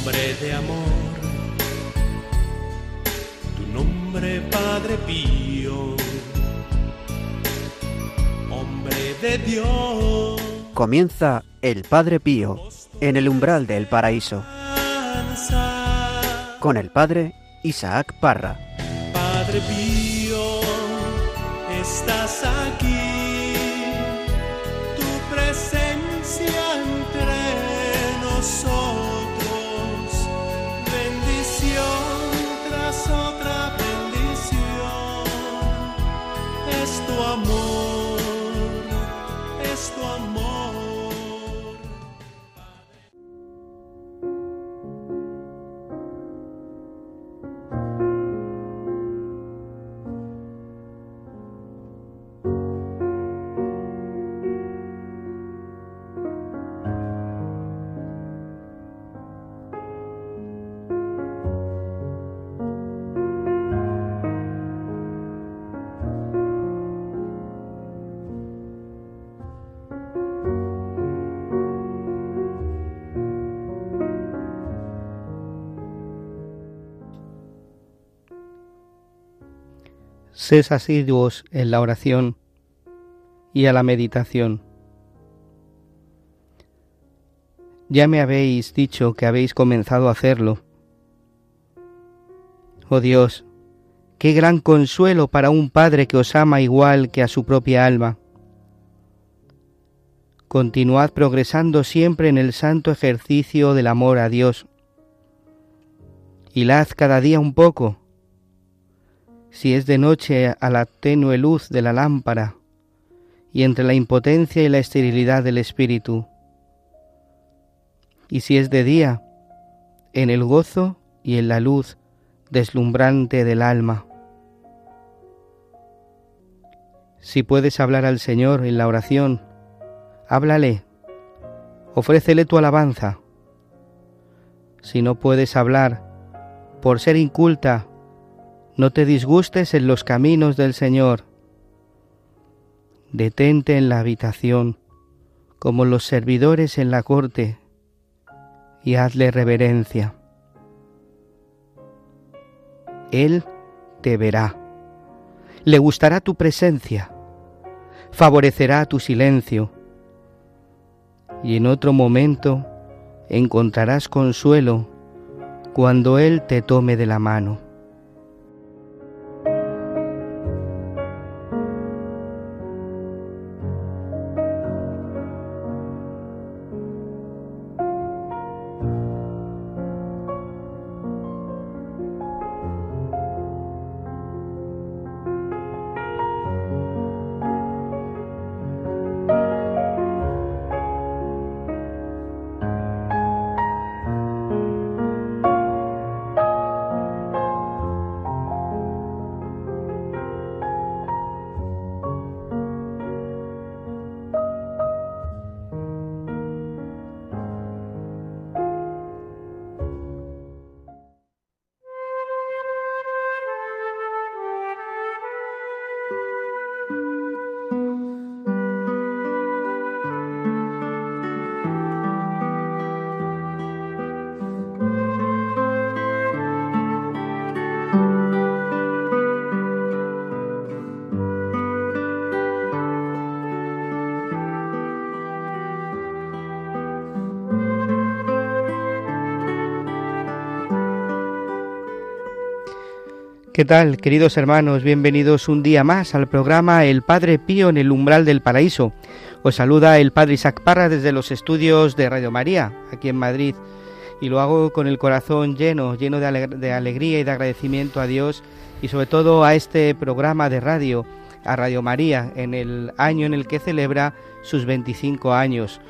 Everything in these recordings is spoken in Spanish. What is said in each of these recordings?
Hombre de amor, tu nombre Padre Pío, hombre de Dios. Comienza el Padre Pío en el umbral del paraíso, con el Padre Isaac Parra. Padre Pío, estás aquí, tu presencia entre nosotros, bendición tras otra bendición, es tu amor, es tu amor. Sed asiduos en la oración y a la meditación. Ya me habéis dicho que habéis comenzado a hacerlo. Oh Dios, qué gran consuelo para un Padre que os ama igual que a su propia alma. Continuad progresando siempre en el santo ejercicio del amor a Dios. Hilad cada día un poco. Si es de noche, a la tenue luz de la lámpara, y entre la impotencia y la esterilidad del espíritu. Y si es de día, en el gozo y en la luz deslumbrante del alma. Si puedes hablar al Señor en la oración, háblale, ofrécele tu alabanza. Si no puedes hablar, por ser inculta, no te disgustes en los caminos del Señor. Detente en la habitación, como los servidores en la corte, y hazle reverencia. Él te verá, le gustará tu presencia, favorecerá tu silencio, y en otro momento encontrarás consuelo cuando Él te tome de la mano. ¿Qué tal, queridos hermanos? Bienvenidos un día más al programa El Padre Pío en el umbral del paraíso. Os saluda el Padre Isaac Parra desde los estudios de Radio María, aquí en Madrid. Y lo hago con el corazón lleno de alegría y de agradecimiento a Dios y sobre todo a este programa de radio, a Radio María, en el año en el que celebra sus 25 años.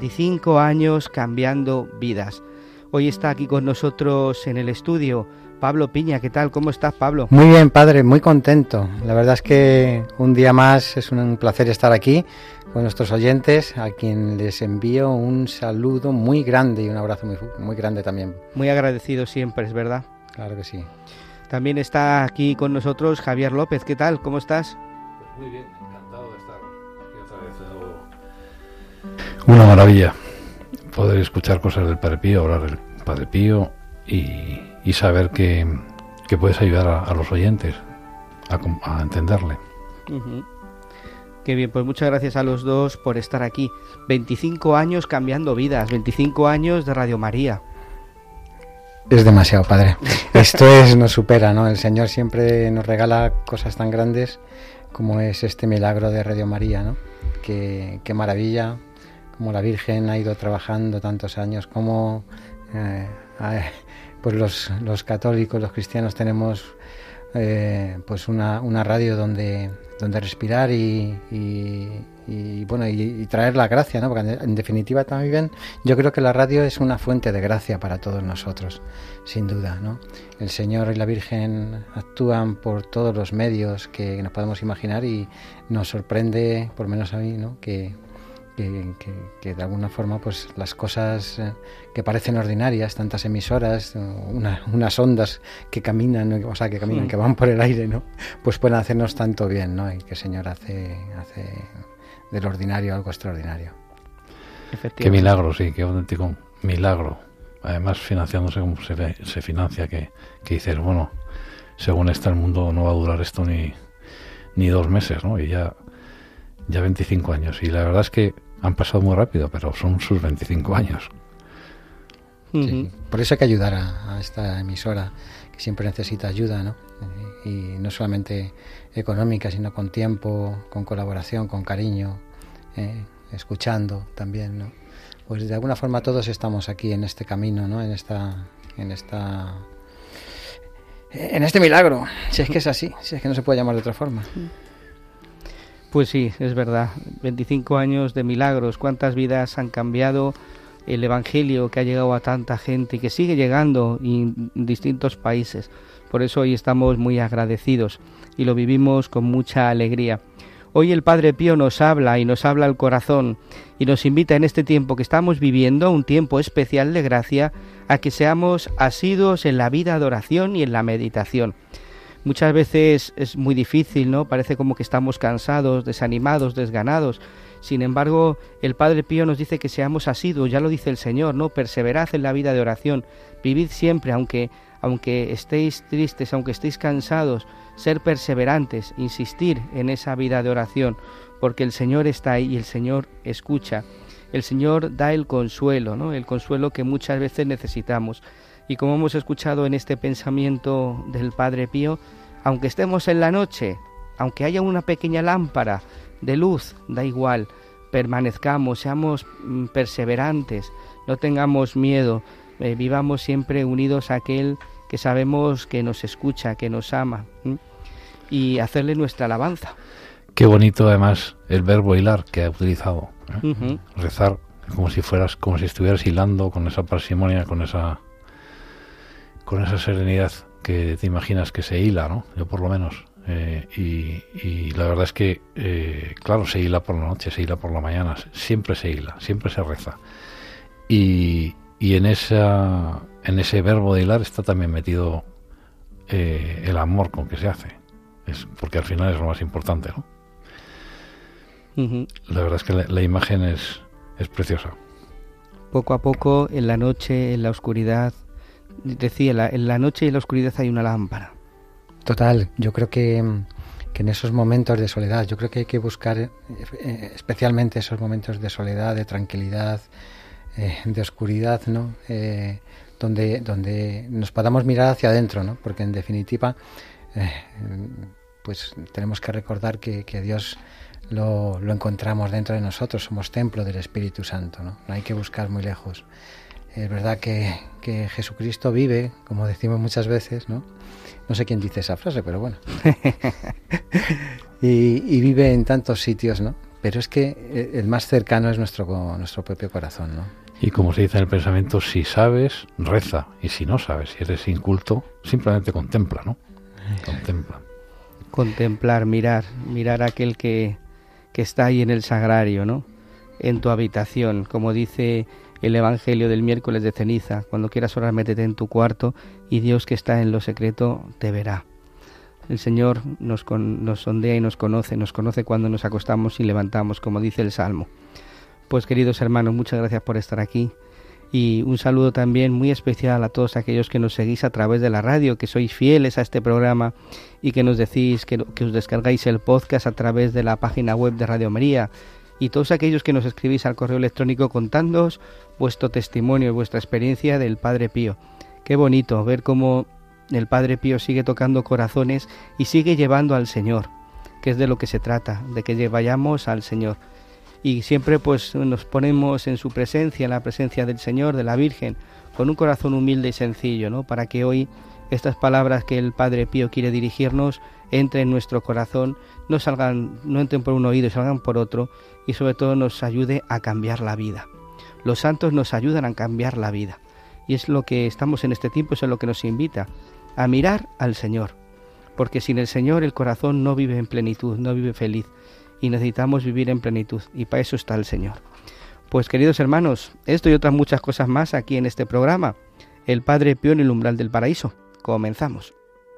25 años cambiando vidas. Hoy está aquí con nosotros en el estudio Pablo Piña. ¿Qué tal? ¿Cómo estás, Pablo? Muy bien, padre, muy contento. La verdad es que un día más es un placer estar aquí con nuestros oyentes, a quien les envío un saludo muy grande y un abrazo muy grande también. Muy agradecido siempre, ¿es verdad? Claro que sí. También está aquí con nosotros Javier López. ¿Qué tal? ¿Cómo estás? Pues muy bien, encantado de estar aquí otra vez. Una maravilla poder escuchar cosas del Padre Pío, hablar Padre Pío y saber que puedes ayudar a los oyentes a entenderle. Uh-huh. Qué bien, pues muchas gracias a los dos por estar aquí. 25 años cambiando vidas, 25 años de Radio María. Es demasiado, Padre. Esto nos supera, ¿no? El Señor siempre nos regala cosas tan grandes como es este milagro de Radio María, ¿no? Qué maravilla, como la Virgen ha ido trabajando tantos años, como pues los católicos, los cristianos tenemos pues una radio donde respirar y traer la gracia, ¿no? Porque en definitiva también yo creo que la radio es una fuente de gracia para todos nosotros, sin duda, ¿no? El Señor y la Virgen actúan por todos los medios que nos podemos imaginar y nos sorprende, por lo menos a mí, ¿no? Que de alguna forma pues las cosas que parecen ordinarias, tantas emisoras, unas ondas que caminan, que van por el aire, ¿no? Pues pueden hacernos tanto bien, ¿no? Y que el Señor hace del ordinario algo extraordinario. Qué milagro, sí, qué auténtico milagro. Además financiándose como se financia, que dices, bueno, según está el mundo no va a durar esto ni 2 meses, ¿no? Y ya 25 años. Y la verdad es que han pasado muy rápido, pero son sus 25 años. Sí, por eso hay que ayudar a esta emisora, que siempre necesita ayuda, ¿no? Y no solamente económica, sino con tiempo, con colaboración, con cariño, escuchando también, ¿no? Pues de alguna forma todos estamos aquí en este camino, ¿no? En este milagro, si es que es así, si es que no se puede llamar de otra forma. Pues sí, es verdad. 25 años de milagros. ¿Cuántas vidas han cambiado? El Evangelio que ha llegado a tanta gente y que sigue llegando en distintos países. Por eso hoy estamos muy agradecidos y lo vivimos con mucha alegría. Hoy el Padre Pío nos habla y nos habla al corazón y nos invita en este tiempo que estamos viviendo, un tiempo especial de gracia, a que seamos asiduos en la vida de oración y en la meditación. Muchas veces es muy difícil, ¿no? Parece como que estamos cansados, desanimados, desganados. Sin embargo, el Padre Pío nos dice que seamos asiduos, ya lo dice el Señor, ¿no? Perseverad en la vida de oración, vivid siempre, aunque estéis tristes, aunque estéis cansados, ser perseverantes, insistir en esa vida de oración, porque el Señor está ahí y el Señor escucha. El Señor da el consuelo, ¿no? El consuelo que muchas veces necesitamos. Y como hemos escuchado en este pensamiento del Padre Pío, aunque estemos en la noche, aunque haya una pequeña lámpara de luz, da igual, permanezcamos, seamos perseverantes, no tengamos miedo, vivamos siempre unidos a aquel que sabemos que nos escucha, que nos ama, y hacerle nuestra alabanza. Qué bonito además el verbo hilar que ha utilizado, ¿eh? Uh-huh. Rezar como si estuvieras hilando, con esa parsimonia, con esa serenidad que te imaginas que se hila, ¿no? Yo por lo menos. Y la verdad es que, claro, se hila por la noche, se hila por la mañana, siempre se hila, siempre se reza. Y en ese verbo de hilar está también metido el amor con que se hace. Porque al final es lo más importante, ¿no? Uh-huh. La verdad es que la imagen es preciosa. Poco a poco, en la noche, en la oscuridad, decía, en la noche y en la oscuridad hay una lámpara. Total, yo creo que en esos momentos de soledad, yo creo que hay que buscar especialmente esos momentos de soledad, de tranquilidad, de oscuridad, ¿no? Donde nos podamos mirar hacia adentro, ¿no? Porque en definitiva, pues tenemos que recordar que Dios lo encontramos dentro de nosotros, somos templo del Espíritu Santo, ¿no? No hay que buscar muy lejos. Es verdad que Jesucristo vive, como decimos muchas veces, ¿no? No sé quién dice esa frase, pero bueno. y vive en tantos sitios, ¿no? Pero es que el más cercano es nuestro propio corazón, ¿no? Y como se dice en el pensamiento, si sabes, reza. Y si no sabes, si eres inculto, simplemente contempla, ¿no? Contempla. Contemplar, mirar a aquel que está ahí en el sagrario, ¿no? En tu habitación, como dice el Evangelio del miércoles de ceniza, cuando quieras orar, métete en tu cuarto y Dios que está en lo secreto te verá. El Señor nos sondea y nos conoce cuando nos acostamos y levantamos, como dice el Salmo. Pues queridos hermanos, muchas gracias por estar aquí. Y un saludo también muy especial a todos aquellos que nos seguís a través de la radio, que sois fieles a este programa y que nos decís que os descargáis el podcast a través de la página web de Radio María, y todos aquellos que nos escribís al correo electrónico contándoos vuestro testimonio y vuestra experiencia del Padre Pío. Qué bonito ver cómo el Padre Pío sigue tocando corazones y sigue llevando al Señor, que es de lo que se trata, de que vayamos al Señor. Y siempre pues nos ponemos en su presencia, en la presencia del Señor, de la Virgen, con un corazón humilde y sencillo, ¿no? Para que hoy estas palabras que el Padre Pío quiere dirigirnos entren en nuestro corazón, no entren por un oído y salgan por otro, y sobre todo nos ayude a cambiar la vida. Los santos nos ayudan a cambiar la vida, y es lo que estamos en este tiempo, es lo que nos invita a mirar al Señor, porque sin el Señor el corazón no vive en plenitud, no vive feliz, y necesitamos vivir en plenitud, y para eso está el Señor. Pues queridos hermanos, esto y otras muchas cosas más aquí en este programa, El Padre Pío en el umbral del paraíso. Comenzamos.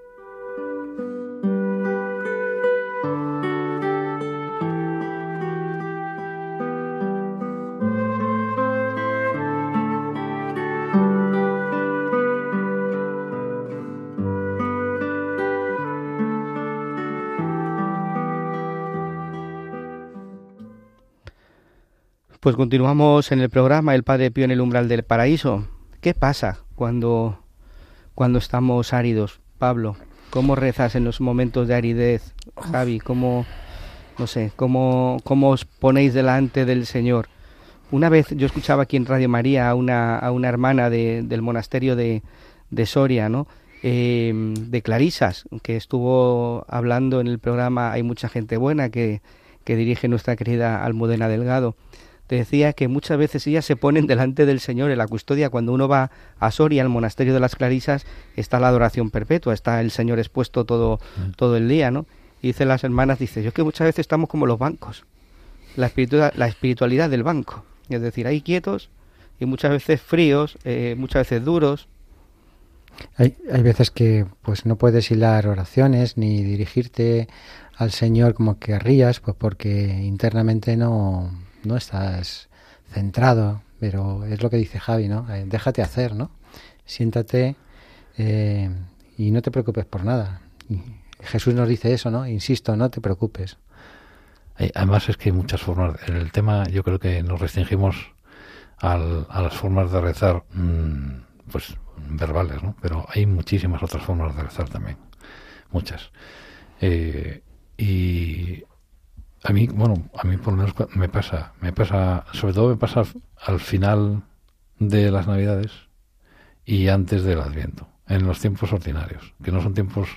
Pues continuamos en el programa El Padre Pío en el umbral del paraíso. ¿Qué pasa cuando estamos áridos? Pablo, ¿cómo rezas en los momentos de aridez? Javi, ¿cómo os ponéis delante del Señor? Una vez yo escuchaba aquí en Radio María a una hermana del monasterio de Soria, ¿no? De Clarisas, que estuvo hablando en el programa Hay mucha gente buena que dirige nuestra querida Almudena Delgado. Te decía que muchas veces ellas se ponen delante del Señor en la custodia. Cuando uno va a Soria, al monasterio de las Clarisas, está la adoración perpetua, está el Señor expuesto todo el día, ¿no? Y dicen las hermanas, yo es que muchas veces estamos como los bancos, la espiritualidad del banco, es decir, ahí quietos y muchas veces fríos, muchas veces duros. Hay veces que pues no puedes hilar oraciones ni dirigirte al Señor como querrías, pues porque internamente no estás centrado, pero es lo que dice Javi, ¿no? Déjate hacer, ¿no? Siéntate y no te preocupes por nada. Y Jesús nos dice eso, ¿no? Insisto, no te preocupes. Además es que hay muchas formas. En el tema yo creo que nos restringimos a las formas de rezar, pues verbales, ¿no? Pero hay muchísimas otras formas de rezar también, muchas. Y a mí por lo menos me pasa, sobre todo me pasa al final de las Navidades y antes del Adviento, en los tiempos ordinarios, que no son tiempos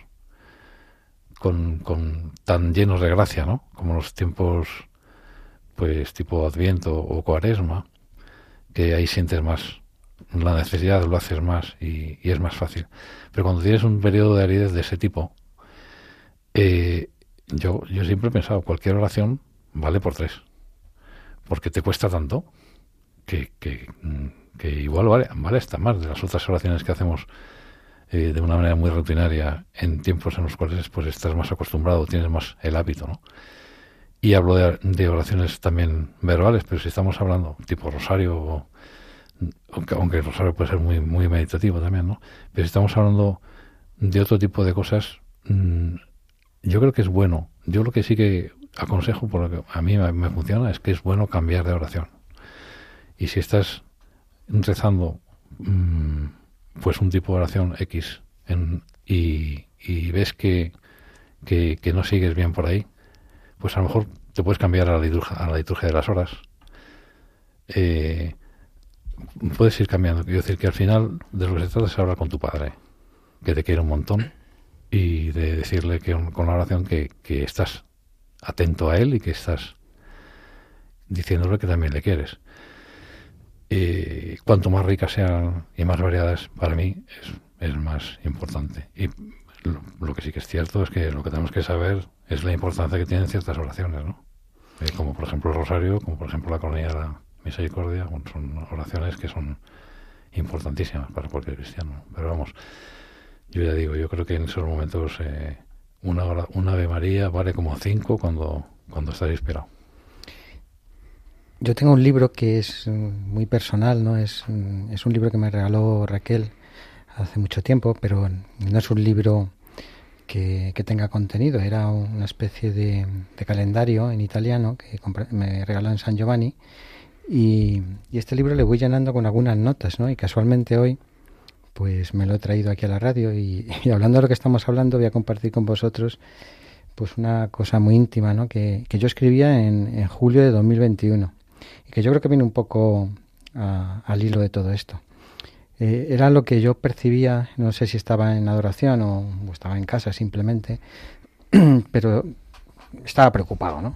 con tan llenos de gracia, ¿no? Como los tiempos, pues tipo Adviento o Cuaresma, que ahí sientes más la necesidad, lo haces más y es más fácil. Pero cuando tienes un periodo de aridez de ese tipo, yo siempre he pensado, cualquier oración vale por 3, porque te cuesta tanto que igual vale hasta más de las otras oraciones que hacemos de una manera muy rutinaria en tiempos en los cuales pues estás más acostumbrado, tienes más el hábito, ¿no? Y hablo de oraciones también verbales, pero si estamos hablando tipo rosario, aunque el rosario puede ser muy, muy meditativo también, ¿no? Pero si estamos hablando de otro tipo de cosas, yo creo que es bueno. Yo lo que sí que aconsejo, por lo que a mí me funciona, es que es bueno cambiar de oración. Y si estás rezando pues un tipo de oración X y ves que no sigues bien por ahí, pues a lo mejor te puedes cambiar a la liturgia de las horas. Puedes ir cambiando. Quiero decir que al final de lo que se trata es hablar con tu padre, que te quiere un montón, y de decirle que con la oración que estás atento a él y que estás diciéndole que también le quieres. Cuanto más ricas sean y más variadas, para mí es más importante. Y lo que sí que es cierto es que lo que tenemos que saber es la importancia que tienen ciertas oraciones, ¿no? Como por ejemplo el rosario, como por ejemplo la coronilla de la misericordia, son oraciones que son importantísimas para cualquier cristiano. Pero vamos, yo ya digo, yo creo que en esos momentos una Ave María vale como 5 cuando estás inspirado. Yo tengo un libro que es muy personal, ¿no? Es un libro que me regaló Raquel hace mucho tiempo, pero no es un libro que tenga contenido. Era una especie de calendario en italiano que me regaló en San Giovanni, y este libro le voy llenando con algunas notas, ¿no? Y casualmente hoy pues me lo he traído aquí a la radio y hablando de lo que estamos hablando voy a compartir con vosotros pues una cosa muy íntima, ¿no? Que yo escribía en julio de 2021 y que yo creo que viene un poco al hilo de todo esto. Era lo que yo percibía, no sé si estaba en adoración o estaba en casa simplemente, pero estaba preocupado, ¿no?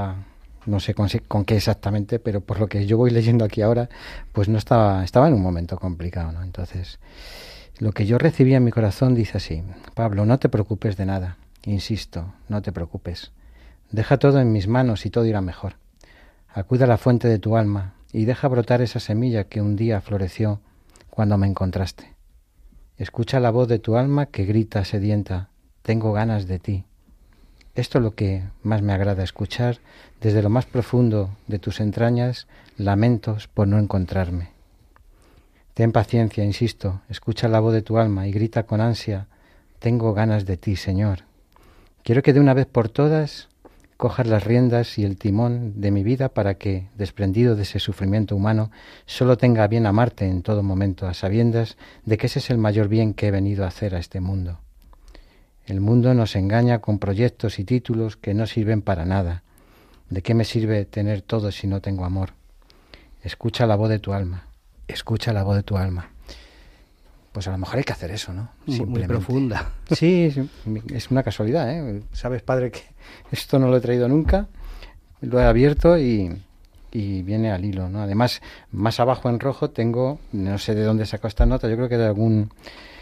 No sé con qué exactamente, pero por lo que yo voy leyendo aquí ahora, pues no estaba en un momento complicado, ¿no? Entonces, lo que yo recibía en mi corazón dice así: Pablo, no te preocupes de nada, insisto, no te preocupes. Deja todo en mis manos y todo irá mejor. Acude a la fuente de tu alma y deja brotar esa semilla que un día floreció cuando me encontraste. Escucha la voz de tu alma que grita sedienta: tengo ganas de ti. Esto es lo que más me agrada, escuchar desde lo más profundo de tus entrañas lamentos por no encontrarme. Ten paciencia, insisto, escucha la voz de tu alma y grita con ansia: tengo ganas de ti, Señor. Quiero que de una vez por todas cojas las riendas y el timón de mi vida para que, desprendido de ese sufrimiento humano, solo tenga a bien amarte en todo momento, a sabiendas de que ese es el mayor bien que he venido a hacer a este mundo. El mundo nos engaña con proyectos y títulos que no sirven para nada. ¿De qué me sirve tener todo si no tengo amor? Escucha la voz de tu alma. Escucha la voz de tu alma. Pues a lo mejor hay que hacer eso, ¿no? Muy profunda. Sí, es una casualidad, ¿eh? Sabes, padre, que esto no lo he traído nunca. Lo he abierto y viene al hilo, ¿no? Además, más abajo en rojo tengo, no sé de dónde sacó esta nota, yo creo que de algún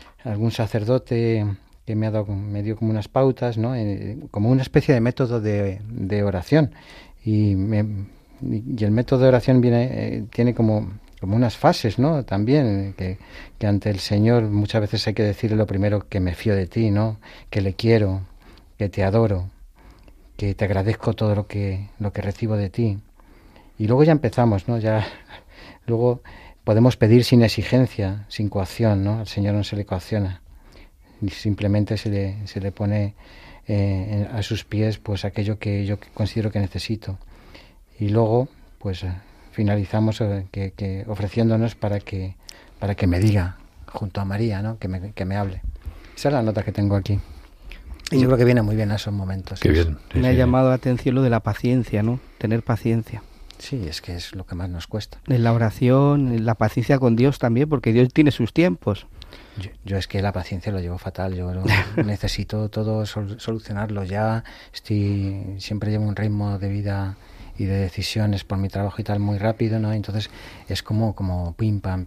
sacerdote que me dio como unas pautas, ¿no? Como una especie de método de oración. Y el método de oración tiene como unas fases, ¿no? También, que ante el Señor muchas veces hay que decirle lo primero: que me fío de ti, ¿no? Que le quiero, que te adoro, que te agradezco todo lo que recibo de ti. Y luego ya empezamos, ¿no? Ya luego podemos pedir sin exigencia, sin coacción, ¿no? Al Señor no se le coacciona. Y simplemente se le pone a sus pies pues aquello que yo considero que necesito. Y luego pues finalizamos que ofreciéndonos para que me diga junto a María, ¿no? que me hable. Esa es la nota que tengo aquí. Y yo creo que viene muy bien a esos momentos. Qué bien. Sí, me ha llamado la atención lo de la paciencia, ¿no? Tener paciencia. Sí, es que es lo que más nos cuesta. En la oración, en la paciencia con Dios también, porque Dios tiene sus tiempos. Yo es que la paciencia lo llevo fatal. Yo necesito todo solucionarlo ya. Siempre llevo un ritmo de vida y de decisiones por mi trabajo y tal muy rápido, ¿no? Entonces es como pim pam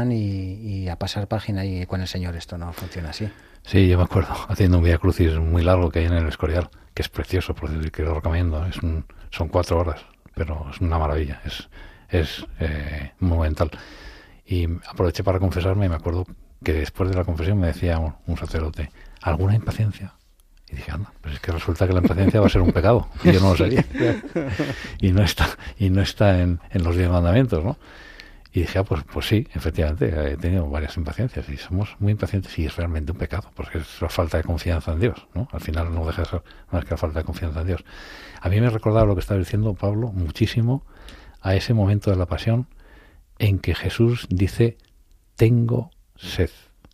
y a pasar página, y con el Señor esto no funciona así. Sí, yo me acuerdo haciendo un Vía Crucis muy largo que hay en el Escorial, que es precioso, por decir, que lo recomiendo. Son 4 horas, pero es una maravilla, es monumental. Y aproveché para confesarme y me acuerdo que después de la confesión me decía un sacerdote: ¿alguna impaciencia? Y dije, anda, pues es que resulta que la impaciencia va a ser un pecado, y yo no lo sabía. y no está en los 10 mandamientos, ¿no? Y dije, pues sí, efectivamente, he tenido varias impaciencias y somos muy impacientes, y es realmente un pecado, porque es la falta de confianza en Dios, ¿no? Al final no deja de ser más que la falta de confianza en Dios. A mí me recordaba lo que estaba diciendo Pablo muchísimo a ese momento de la pasión en que Jesús dice: tengo sed.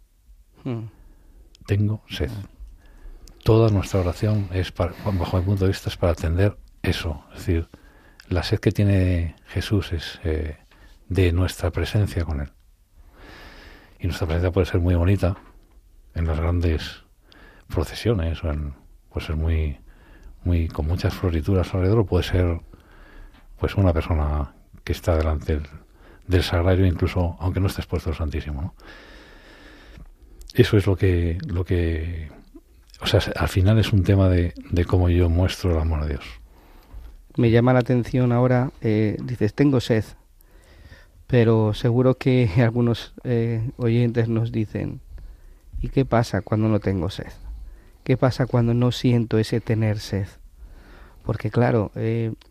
Tengo sed. Toda nuestra oración bajo mi punto de vista, es para atender eso. Es decir, la sed que tiene Jesús es de nuestra presencia con Él. Y nuestra presencia puede ser muy bonita en las grandes procesiones, puede ser muy con muchas florituras alrededor, puede ser pues una persona que está delante del sagrario, incluso aunque no esté expuesto al Santísimo, ¿no? Eso es lo que o sea, al final es un tema de cómo yo muestro el amor a Dios. Me llama la atención ahora, dices, tengo sed, pero seguro que algunos oyentes nos dicen: ¿y qué pasa cuando no tengo sed? ¿Qué pasa cuando no siento ese tener sed? Porque claro,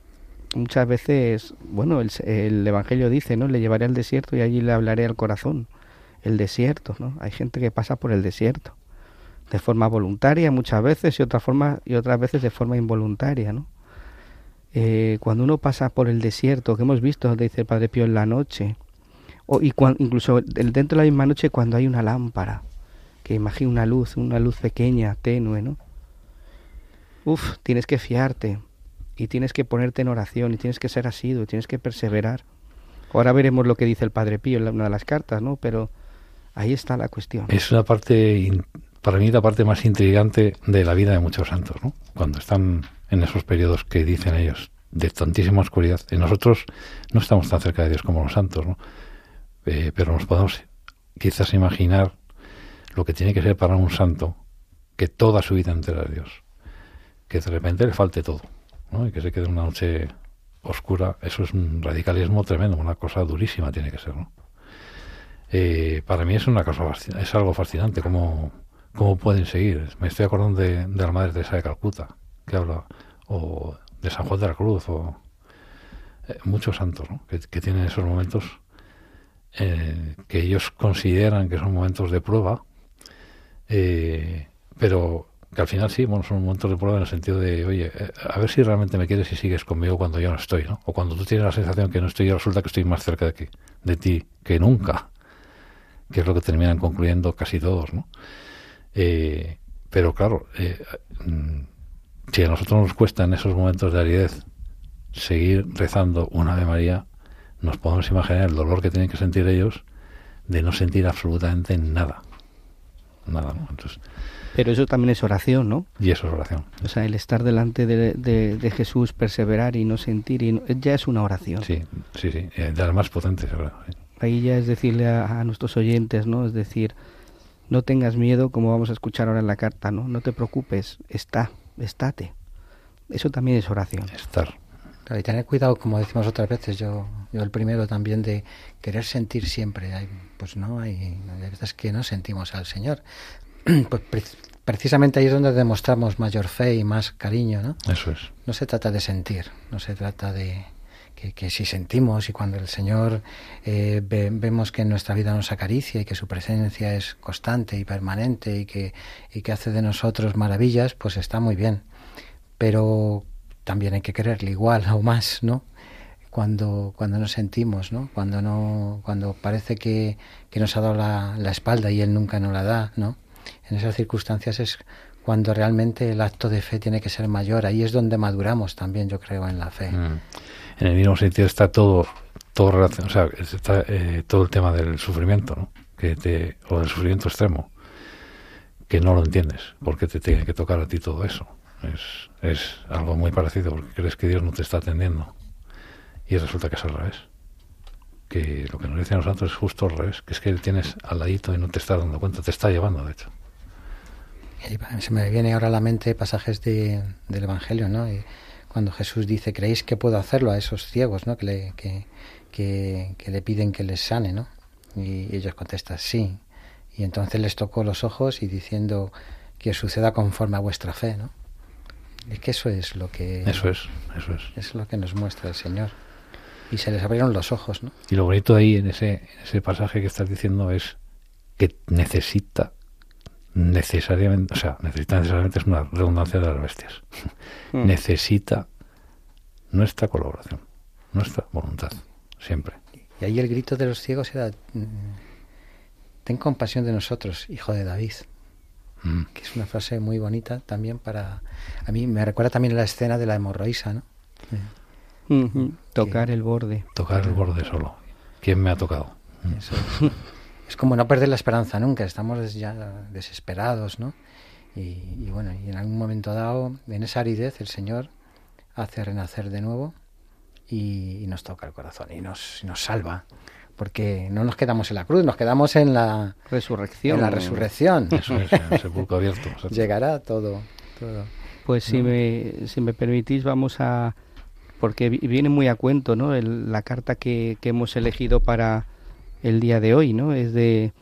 muchas veces, bueno, el Evangelio dice, ¿no? Le llevaré al desierto y allí le hablaré al corazón. El desierto, ¿no? Hay gente que pasa por el desierto de forma voluntaria muchas veces y otras veces de forma involuntaria, ¿no? Cuando uno pasa por el desierto, que hemos visto, dice el Padre Pío, en la noche, incluso dentro de la misma noche cuando hay una lámpara, que imagina una luz pequeña, tenue, ¿no? Tienes que fiarte y tienes que ponerte en oración y tienes que ser asiduo, tienes que perseverar. Ahora veremos lo que dice el Padre Pío en una de las cartas, ¿no? Pero ahí está la cuestión. Es una parte, para mí, la parte más intrigante de la vida de muchos santos, ¿no? Cuando están en esos periodos que dicen ellos de tantísima oscuridad. Y nosotros no estamos tan cerca de Dios como los santos, ¿no? Pero nos podemos quizás imaginar lo que tiene que ser para un santo que toda su vida entera es Dios, que de repente le falte todo, ¿no? Y que se quede una noche oscura. Eso es un radicalismo tremendo, una cosa durísima tiene que ser, ¿no? Para mí es una cosa, es algo fascinante cómo pueden seguir. Me estoy acordando de la Madre Teresa de Calcuta, que habla, o de San Juan de la Cruz, o muchos santos, ¿no? que tienen esos momentos que ellos consideran que son momentos de prueba, pero que al final sí, bueno, son momentos de prueba en el sentido de, oye, a ver si realmente me quieres y sigues conmigo cuando yo no estoy, ¿no? O cuando tú tienes la sensación que no estoy, y resulta que estoy más cerca de ti que nunca, que es lo que terminan concluyendo casi todos, ¿no? Pero claro, si a nosotros nos cuesta en esos momentos de aridez seguir rezando una Ave María, nos podemos imaginar el dolor que tienen que sentir ellos de no sentir absolutamente nada, ¿no? Entonces, pero eso también es oración, ¿no? Y eso es oración. O sea, el estar delante de Jesús, perseverar y no sentir, ya es una oración. Sí, de las más potentes, ¿verdad? Sí. Ahí ya es decirle a nuestros oyentes, ¿no? Es decir, no tengas miedo, como vamos a escuchar ahora en la carta, ¿no? No te preocupes, estate. Eso también es oración. Estar. Claro, y tener cuidado, como decimos otras veces, yo el primero también, de querer sentir siempre. Hay veces que no sentimos al Señor. Pues precisamente ahí es donde demostramos mayor fe y más cariño, ¿no? Eso es. No se trata de sentir, no se trata de que si sentimos, y cuando el Señor vemos que en nuestra vida nos acaricia y que su presencia es constante y permanente y que hace de nosotros maravillas, pues está muy bien. Pero también hay que quererle igual o más, ¿no? Cuando nos sentimos, ¿no? Cuando parece que nos ha dado la espalda y Él nunca nos la da, ¿no? En esas circunstancias es cuando realmente el acto de fe tiene que ser mayor. Ahí es donde maduramos también, yo creo, en la fe. En el mismo sentido está todo relacionado, o sea, está todo el tema del sufrimiento, ¿no? O del sufrimiento extremo, que no lo entiendes, porque te tiene que tocar a ti todo eso. Es algo muy parecido, porque crees que Dios no te está atendiendo y resulta que es al revés, que lo que nos dicen los santos es justo al revés, que es que Él tienes al ladito y no te estás dando cuenta, te está llevando, de hecho. Y se me viene ahora a la mente pasajes del Evangelio, ¿no? Y cuando Jesús dice, ¿creéis que puedo hacerlo? A esos ciegos, ¿no? Que le piden que les sane, ¿no? Y ellos contestan, sí. Y entonces les tocó los ojos y diciendo que suceda conforme a vuestra fe, ¿no? Es que eso es lo que... Eso es. Es lo que nos muestra el Señor. Y se les abrieron los ojos, ¿no? Y lo bonito ahí en ese pasaje que estás diciendo es que necesita necesariamente es una redundancia de las bestias. Necesita nuestra colaboración, nuestra voluntad, siempre. Y ahí el grito de los ciegos era: ten compasión de nosotros, hijo de David. Que es una frase muy bonita también para... A mí me recuerda también la escena de la hemorroísa, ¿no? Tocar el borde. Tocar el borde solo. ¿Quién me ha tocado? Eso es como no perder la esperanza nunca. Estamos ya desesperados, ¿no? Y bueno, y en algún momento dado, en esa aridez, el Señor hace renacer de nuevo y nos toca el corazón y nos salva. Porque no nos quedamos en la cruz, nos quedamos en la resurrección. En la resurrección. Eso es, en el sepulcro abierto. Exacto. Llegará todo. Pues si me permitís, vamos a... Porque viene muy a cuento, ¿no? La carta que hemos elegido para el día de hoy, ¿no? Es del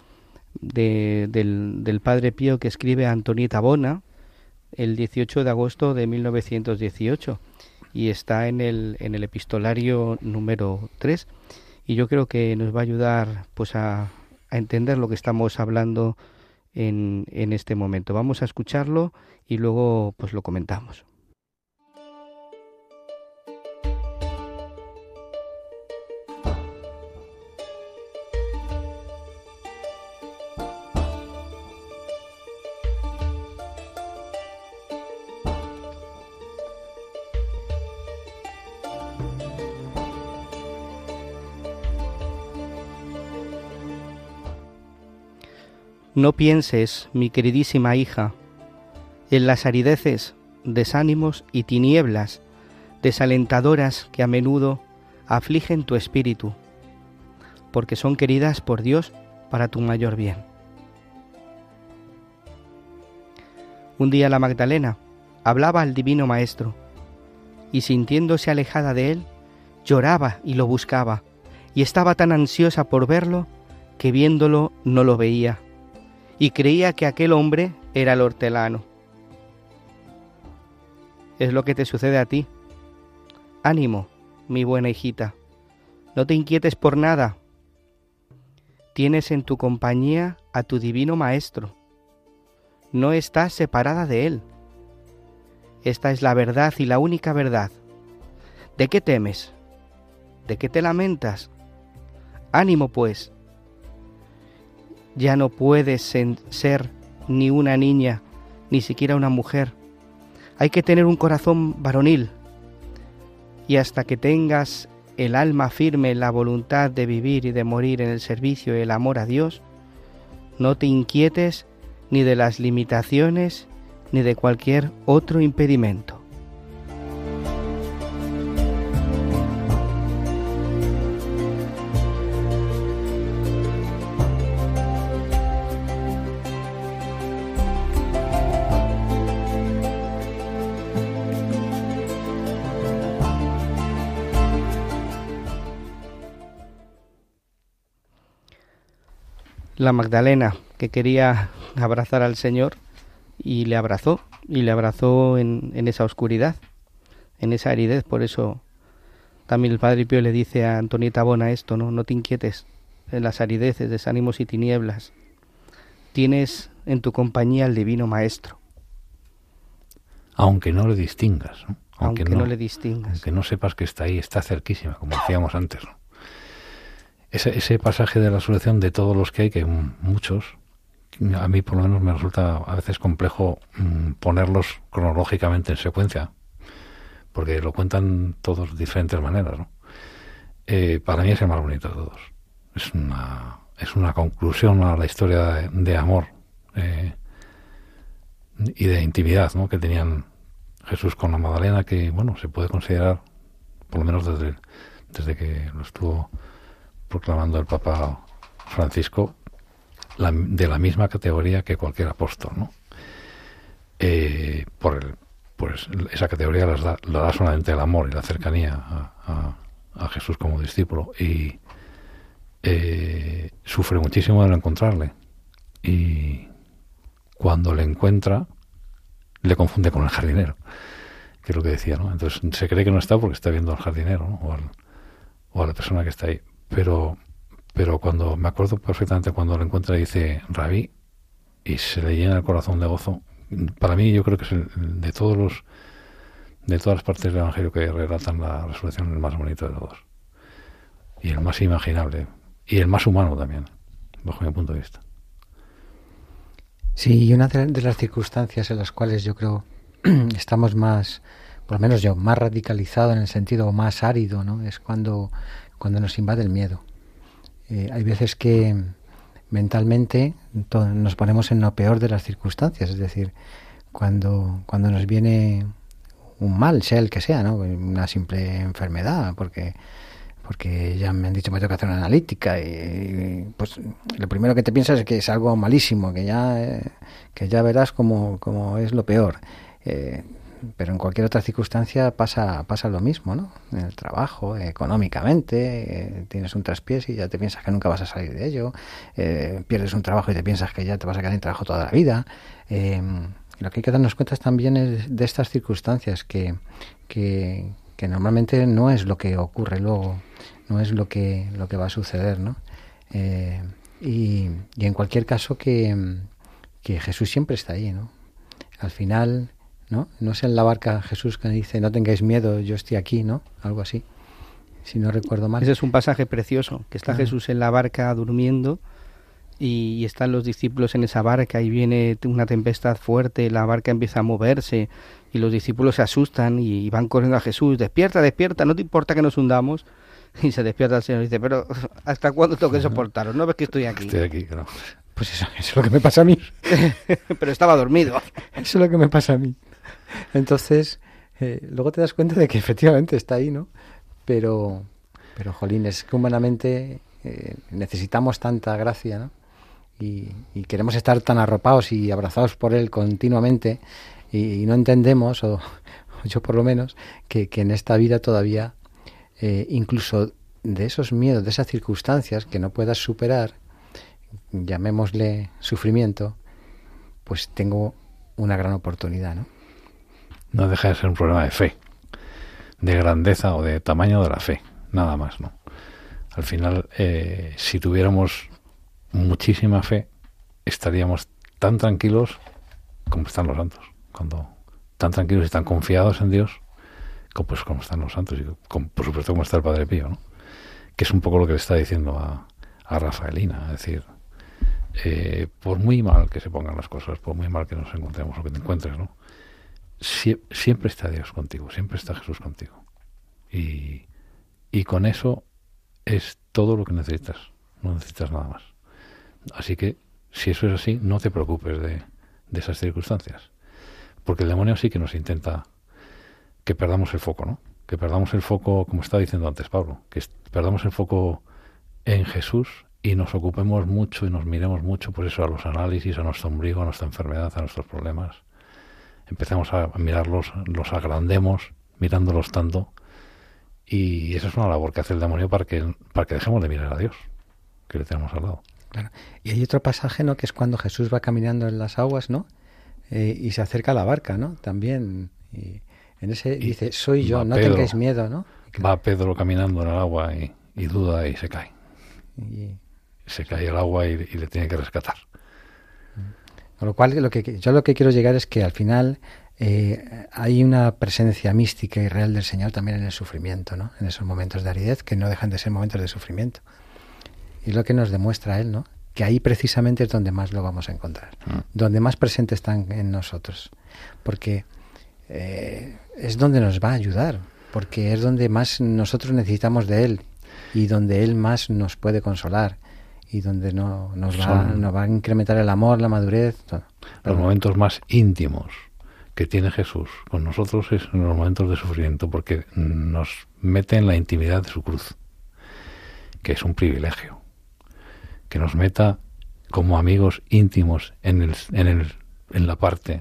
Padre Pío, que escribe a Antonieta Bona el 18 de agosto de 1918. y está en el epistolario número 3, y yo creo que nos va a ayudar pues a entender lo que estamos hablando en este momento. Vamos a escucharlo y luego pues lo comentamos. No pienses, mi queridísima hija, en las arideces, desánimos y tinieblas desalentadoras que a menudo afligen tu espíritu, porque son queridas por Dios para tu mayor bien. Un día la Magdalena hablaba al Divino Maestro, y sintiéndose alejada de él, lloraba y lo buscaba, y estaba tan ansiosa por verlo, que viéndolo no lo veía, y creía que aquel hombre era el hortelano. Es lo que te sucede a ti. Ánimo, mi buena hijita, no te inquietes por nada. Tienes en tu compañía a tu Divino Maestro. No estás separada de él. Esta es la verdad y la única verdad. ¿De qué temes? ¿De qué te lamentas? Ánimo, pues. Ya no puedes ser ni una niña, ni siquiera una mujer. Hay que tener un corazón varonil. Y hasta que tengas el alma firme en la voluntad de vivir y de morir en el servicio y el amor a Dios, no te inquietes ni de las limitaciones ni de cualquier otro impedimento. La Magdalena, que quería abrazar al Señor, y le abrazó en esa oscuridad, en esa aridez. Por eso también el Padre Pío le dice a Antonieta Bona esto, no te inquietes en las arideces, desánimos y tinieblas. Tienes en tu compañía al Divino Maestro. Aunque no le distingas, ¿no? Aunque no le distingas. Aunque no sepas que está ahí, está cerquísima, como decíamos antes, ¿no? Ese pasaje de la resurrección de todos los que hay, que muchos, a mí por lo menos me resulta a veces complejo ponerlos cronológicamente en secuencia, porque lo cuentan todos de diferentes maneras, ¿no? Para mí es el más bonito de todos. Es una conclusión a la historia de amor y de intimidad, ¿no?, que tenían Jesús con la Magdalena, que bueno, se puede considerar, por lo menos desde que lo estuvo proclamando el Papa Francisco, de la misma categoría que cualquier apóstol, ¿no? Pues esa categoría la da solamente el amor y la cercanía a Jesús como discípulo, y sufre muchísimo de no encontrarle, y cuando le encuentra le confunde con el jardinero, que es lo que decía, ¿no? Entonces se cree que no está porque está viendo al jardinero, ¿no?, o a la persona que está ahí. Pero cuando, me acuerdo perfectamente cuando lo encuentra, dice Rabí, y se le llena el corazón de gozo. Para mí, yo creo que es de todas las partes del Evangelio que relatan la resurrección, el más bonito de todos, y el más imaginable, y el más humano también, bajo mi punto de vista. Sí, y una de las circunstancias en las cuales yo creo estamos más, por lo menos yo, más radicalizado en el sentido más árido, ¿no?, es cuando nos invade el miedo. Hay veces que mentalmente nos ponemos en lo peor de las circunstancias, es decir, cuando nos viene un mal, sea el que sea, ¿no?, una simple enfermedad, porque ya me han dicho que me tengo que hacer una analítica, y pues lo primero que te piensas es que es algo malísimo, que ya verás cómo es lo peor. Pero en cualquier otra circunstancia pasa lo mismo, ¿no? En el trabajo, económicamente, tienes un traspiés y ya te piensas que nunca vas a salir de ello, pierdes un trabajo y te piensas que ya te vas a quedar sin trabajo toda la vida. Lo que hay que darnos cuenta también es de estas circunstancias que que normalmente no es lo que ocurre luego, no es lo que va a suceder, ¿no? Y en cualquier caso que Jesús siempre está ahí, ¿no? Al final, ¿no? No es en la barca Jesús que dice, no tengáis miedo, yo estoy aquí, ¿no? Algo así, si no recuerdo mal. Ese es un pasaje precioso, que está Jesús en la barca durmiendo y están los discípulos en esa barca y viene una tempestad fuerte, la barca empieza a moverse y los discípulos se asustan y van corriendo a Jesús, despierta, despierta, no te importa que nos hundamos. Y se despierta el Señor y dice, pero ¿hasta cuándo tengo que soportaros? ¿No ves que estoy aquí? Estoy aquí, claro. Pues eso es lo que me pasa a mí. Pero estaba dormido. Eso es lo que me pasa a mí. Entonces, luego te das cuenta de que efectivamente está ahí, ¿no? Pero jolín, es que humanamente necesitamos tanta gracia, ¿no? Y queremos estar tan arropados y abrazados por Él continuamente y no entendemos, o yo por lo menos, que en esta vida todavía, incluso de esos miedos, de esas circunstancias que no puedas superar, llamémosle sufrimiento, pues tengo una gran oportunidad, ¿no? No deja de ser un problema de fe, de grandeza o de tamaño de la fe, nada más, ¿no? Al final, si tuviéramos muchísima fe, estaríamos tan tranquilos como están los santos, tan tranquilos y tan confiados en Dios como están los santos y por supuesto como está el Padre Pío, ¿no? Que es un poco lo que le está diciendo a Rafaelina, es decir, por muy mal que se pongan las cosas, por muy mal que nos encontremos o que te encuentres, ¿no? Siempre está Dios contigo, siempre está Jesús contigo y con eso es todo lo que necesitas, no necesitas nada más. Así que si eso es así, no te preocupes de esas circunstancias, porque el demonio sí que nos intenta que perdamos el foco, ¿no? Que perdamos el foco, como estaba diciendo antes Pablo, que perdamos el foco en Jesús y nos ocupemos mucho y nos miremos mucho, pues eso, a los análisis, a nuestro ombligo, a nuestra enfermedad, a nuestros problemas. Empezamos a mirarlos, los agrandemos, mirándolos tanto, y esa es una labor que hace el demonio para que dejemos de mirar a Dios, que le tenemos al lado. Claro. Y hay otro pasaje, ¿no? Que es cuando Jesús va caminando en las aguas, ¿no? Y se acerca a la barca, ¿no? También. Y en ese dice, soy yo, no Pedro, tengáis miedo, ¿no? Va Pedro caminando en el agua y duda y se cae. Se cae el agua y le tiene que rescatar. Con lo cual, lo que quiero llegar es que al final hay una presencia mística y real del Señor también en el sufrimiento, ¿no? En esos momentos de aridez que no dejan de ser momentos de sufrimiento. Y lo que nos demuestra Él, ¿no? Que ahí precisamente es donde más lo vamos a encontrar, donde más presente están en nosotros, porque es donde nos va a ayudar, porque es donde más nosotros necesitamos de Él y donde Él más nos puede consolar y donde nos va a incrementar el amor, la madurez, todo. Los momentos más íntimos que tiene Jesús con nosotros es en los momentos de sufrimiento, porque nos mete en la intimidad de su cruz, que es un privilegio. Que nos meta como amigos íntimos en la parte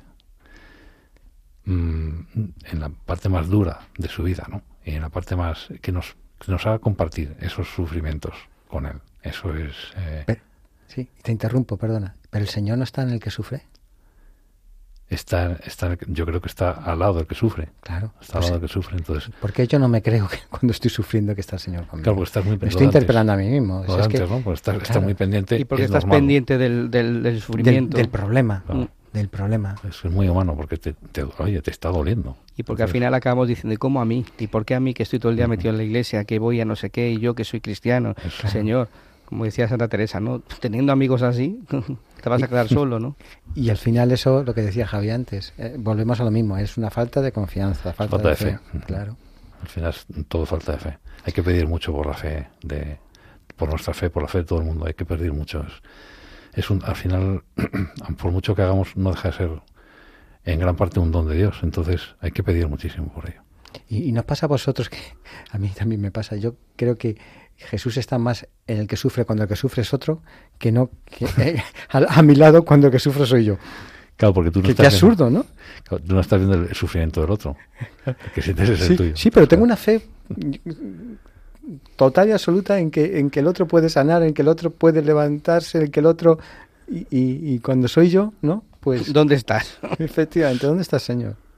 más dura de su vida, ¿no? Y en la parte más que nos haga compartir esos sufrimientos con él. Eso es. Sí, te interrumpo, perdona. Pero el Señor no está en el que sufre. Yo creo que está al lado del que sufre. Claro. Está al lado del que sufre, entonces. Porque yo no me creo que cuando estoy sufriendo que está el Señor conmigo. Claro, porque estás muy pendiente. Me estoy interpelando a mí mismo. Es que, ¿no? Pues estás muy pendiente. Y porque estás pendiente del sufrimiento. Del problema. Claro. Del problema. Eso es muy humano, porque te está doliendo. Y porque al final acabamos diciendo, ¿y cómo a mí? ¿Y por qué a mí que estoy todo el día metido en la iglesia, que voy a no sé qué, y yo que soy cristiano? Claro. Señor, como decía Santa Teresa, ¿no? Teniendo amigos así, te vas a quedar solo, ¿no? Y al final eso, lo que decía Javi antes, volvemos a lo mismo, es una falta de confianza, falta de fe. Claro. Al final es todo falta de fe. Hay que pedir mucho por la fe, por nuestra fe, por la fe de todo el mundo. Hay que pedir mucho. Al final, por mucho que hagamos, no deja de ser en gran parte un don de Dios. Entonces hay que pedir muchísimo por ello. Y nos pasa a vosotros, que a mí también me pasa. Yo creo que Jesús está más en el que sufre cuando el que sufre es otro, que a mi lado cuando el que sufre soy yo. Claro, porque tú no estás absurdo, ¿no? Tú no estás viendo el sufrimiento del otro. Que sientes es el tuyo. Sí, pero tengo una fe total y absoluta en que el otro puede sanar, en que el otro puede levantarse, en que el otro... Y cuando soy yo, ¿no? Pues... ¿Dónde estás? Efectivamente, ¿dónde está el Señor?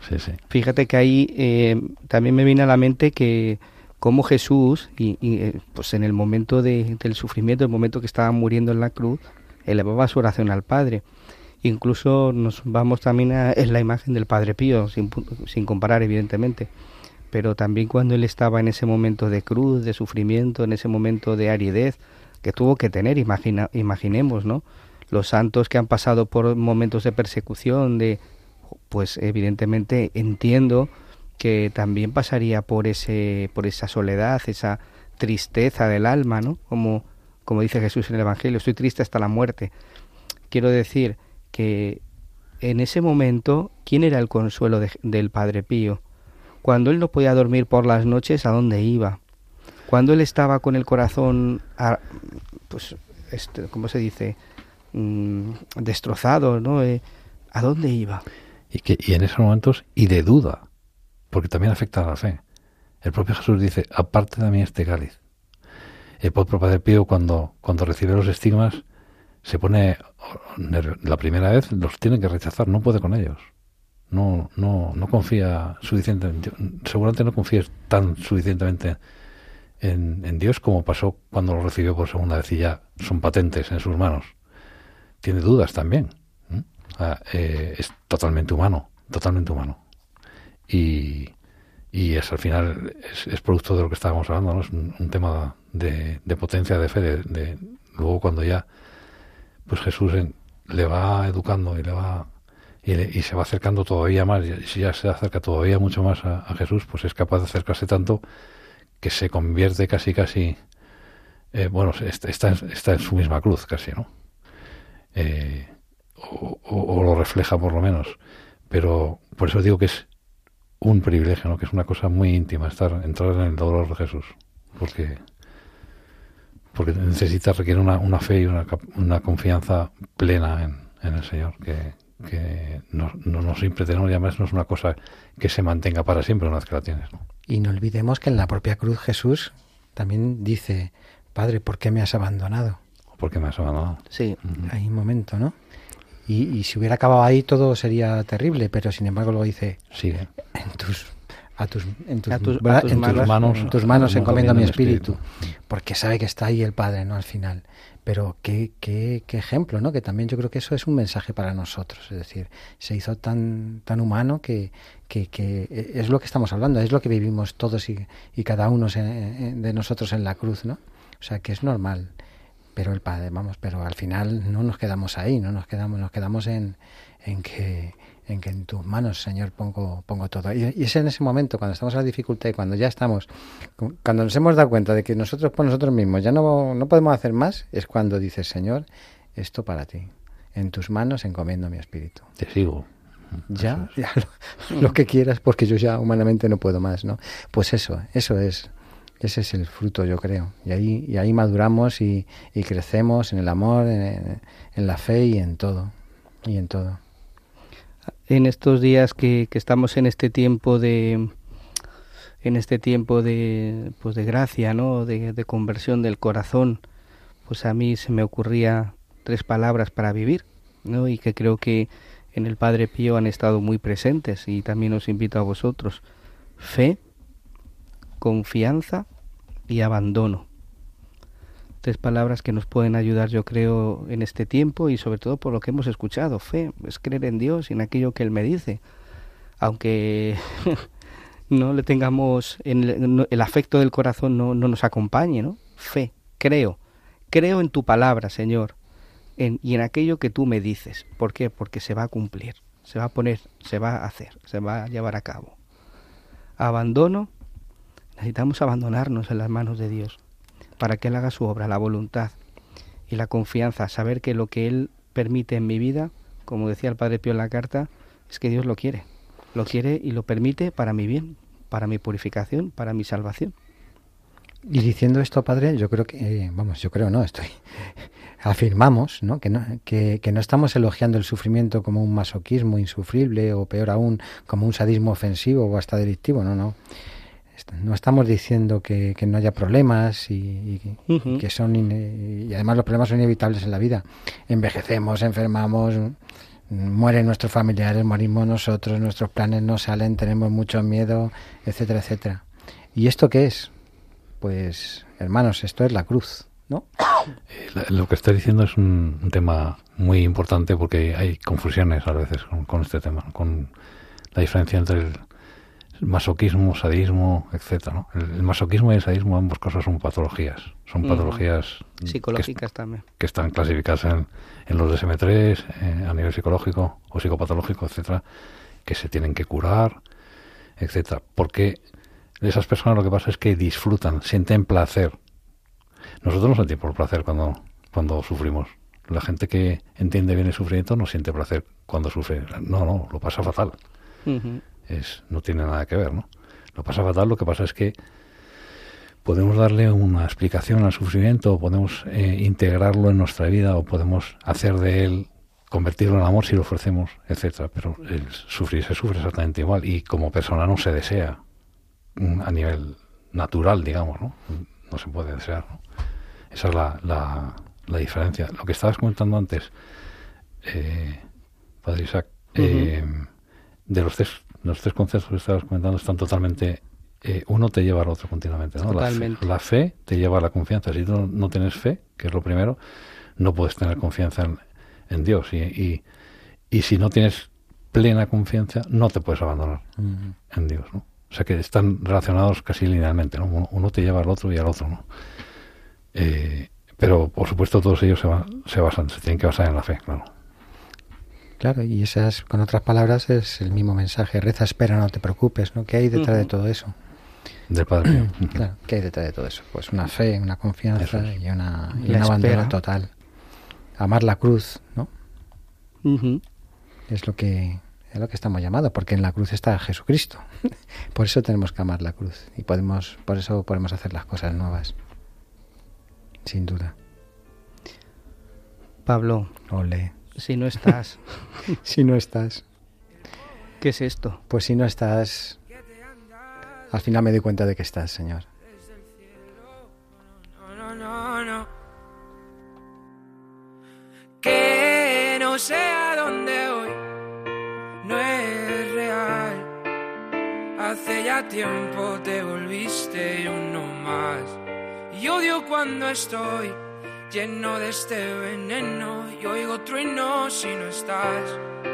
Sí, sí. Fíjate que ahí también me viene a la mente que como Jesús, pues en el momento del sufrimiento, el momento que estaba muriendo en la cruz, elevaba su oración al Padre. Incluso nos vamos también en la imagen del Padre Pío, sin comparar evidentemente, pero también cuando él estaba en ese momento de cruz, de sufrimiento, en ese momento de aridez que tuvo que tener, imaginemos, ¿no? Los santos que han pasado por momentos de persecución, pues evidentemente entiendo que también pasaría por esa soledad, esa tristeza del alma, ¿no? Como dice Jesús en el Evangelio, estoy triste hasta la muerte. Quiero decir que en ese momento, ¿quién era el consuelo del Padre Pío? Cuando él no podía dormir por las noches, ¿a dónde iba? Cuando él estaba con el corazón, ¿cómo se dice? Destrozado, ¿no? ¿A dónde iba? Y en esos momentos, y de duda, porque también afecta a la fe. El propio Jesús dice, aparte de mí este cáliz. El propio Padre Pío, cuando recibe los estigmas, se pone, la primera vez los tiene que rechazar, no puede con ellos. No confía suficientemente, seguramente no confía tan suficientemente en Dios como pasó cuando lo recibió por segunda vez y ya son patentes en sus manos. Tiene dudas también. Es totalmente humano. Y es al final es producto de lo que estábamos hablando, ¿no? Es un tema de potencia de fe, luego cuando ya pues Jesús le va educando y se va acercando todavía más, y si ya se acerca todavía mucho más a Jesús, pues es capaz de acercarse tanto que se convierte casi está en su misma cruz casi, ¿no? O lo refleja por lo menos, pero por eso digo que es un privilegio, ¿no? Que es una cosa muy íntima entrar en el dolor de Jesús, porque requiere una fe y una confianza plena en el Señor, que no siempre tenemos, y además no es una cosa que se mantenga para siempre una vez que la tienes, ¿no? Y no olvidemos que en la propia cruz Jesús también dice, Padre, ¿por qué me has abandonado? ¿Por qué me has abandonado? Sí. Hay un momento, ¿no? Y si hubiera acabado ahí todo sería terrible, pero sin embargo luego dice, sigue. En tus manos encomiendo mi espíritu, porque sabe que está ahí el Padre, ¿no? Al final. Pero qué ejemplo, ¿no? Que también yo creo que eso es un mensaje para nosotros, es decir, se hizo tan humano que es lo que estamos hablando, es lo que vivimos todos y cada uno de nosotros en la cruz, ¿no? O sea, que es normal. Pero el Padre, pero al final no nos quedamos ahí, nos quedamos en que en tus manos, Señor, pongo todo. Y es en ese momento, cuando estamos en la dificultad y cuando ya estamos, cuando nos hemos dado cuenta de que nosotros por nosotros mismos ya no podemos hacer más, es cuando dices, Señor, esto para ti, en tus manos encomiendo mi espíritu. Te sigo. Ya lo que quieras, porque yo ya humanamente no puedo más, ¿no? Pues eso es. Ese es el fruto, yo creo. Y ahí maduramos y crecemos en el amor, en la fe y en todo. En estos días que estamos en este tiempo de gracia, ¿no? De conversión del corazón, pues a mí se me ocurría 3 palabras para vivir, ¿no? Y que creo que en el Padre Pío han estado muy presentes, y también os invito a vosotros: fe, confianza y abandono. 3 palabras que nos pueden ayudar, yo creo, en este tiempo, y sobre todo por lo que hemos escuchado. Fe es creer en Dios y en aquello que Él me dice, aunque no le tengamos el afecto del corazón no nos acompañe, ¿no? Fe, creo en tu palabra, Señor, y en aquello que tú me dices. ¿Por qué? Porque se va a cumplir, se va a hacer, se va a llevar a cabo. Abandono. Necesitamos abandonarnos en las manos de Dios para que Él haga su obra, la voluntad y la confianza, saber que lo que Él permite en mi vida, como decía el Padre Pío en la carta, es que Dios lo quiere y lo permite para mi bien, para mi purificación, para mi salvación. Y diciendo esto, Padre, yo creo que, afirmamos, ¿no? Que no estamos elogiando el sufrimiento como un masoquismo insufrible, o peor aún, como un sadismo ofensivo o hasta delictivo, no. No estamos diciendo que no haya problemas y además los problemas son inevitables en la vida. Envejecemos, enfermamos, mueren nuestros familiares, morimos nosotros, nuestros planes no salen, tenemos mucho miedo, etcétera, etcétera. ¿Y esto qué es? Pues, hermanos, esto es la cruz, ¿no? Lo que está diciendo es un tema muy importante porque hay confusiones a veces con este tema, con la diferencia entre el masoquismo, sadismo, etcétera, ¿no? El masoquismo y el sadismo, ambas cosas son patologías. Son patologías psicológicas también. Que están clasificadas en los DSM-3 a nivel psicológico o psicopatológico, etcétera, que se tienen que curar, etcétera. Porque esas personas lo que pasa es que disfrutan, sienten placer. Nosotros no sentimos placer cuando sufrimos. La gente que entiende bien el sufrimiento no siente placer cuando sufre. No, lo pasa fatal. Uh-huh. No tiene nada que ver, ¿no? Lo pasa fatal, lo que pasa es que podemos darle una explicación al sufrimiento, o podemos integrarlo en nuestra vida, o podemos hacer de él, convertirlo en amor si lo ofrecemos, etcétera. Pero el sufrir se sufre exactamente igual, y como persona no se desea a nivel natural, digamos, ¿no? No se puede desear, ¿no? Esa es la diferencia. Lo que estabas comentando antes, Padre Isaac, de los tres conceptos que estabas comentando están totalmente... uno te lleva al otro continuamente, ¿no? La fe te lleva a la confianza. Si tú no tienes fe, que es lo primero, no puedes tener confianza en Dios. Y si no tienes plena confianza, no te puedes abandonar en Dios, ¿no? O sea que están relacionados casi linealmente, ¿no? Uno te lleva al otro y al otro, ¿no? Pero, por supuesto, todos ellos se tienen que basar en la fe, claro. Claro, y esas, con otras palabras, es el mismo mensaje. Reza, espera, no te preocupes, ¿no? ¿Qué hay detrás de todo eso? Del Padre. Claro, ¿qué hay detrás de todo eso? Pues una fe, una confianza y un espera. abandono total. Amar la cruz, ¿no? Uh-huh. Es lo que estamos llamados, porque en la cruz está Jesucristo. Por eso tenemos que amar la cruz y por eso podemos hacer las cosas nuevas. Sin duda. Pablo, Ole. si no estás, Si no estás, ¿qué es esto? pues si no estás, al final me doy cuenta de que estás, Señor. No. Que no sé a dónde voy, no es real. Hace ya tiempo te volviste uno más. Y odio cuando estoy lleno de este veneno y oigo truenos si no estás.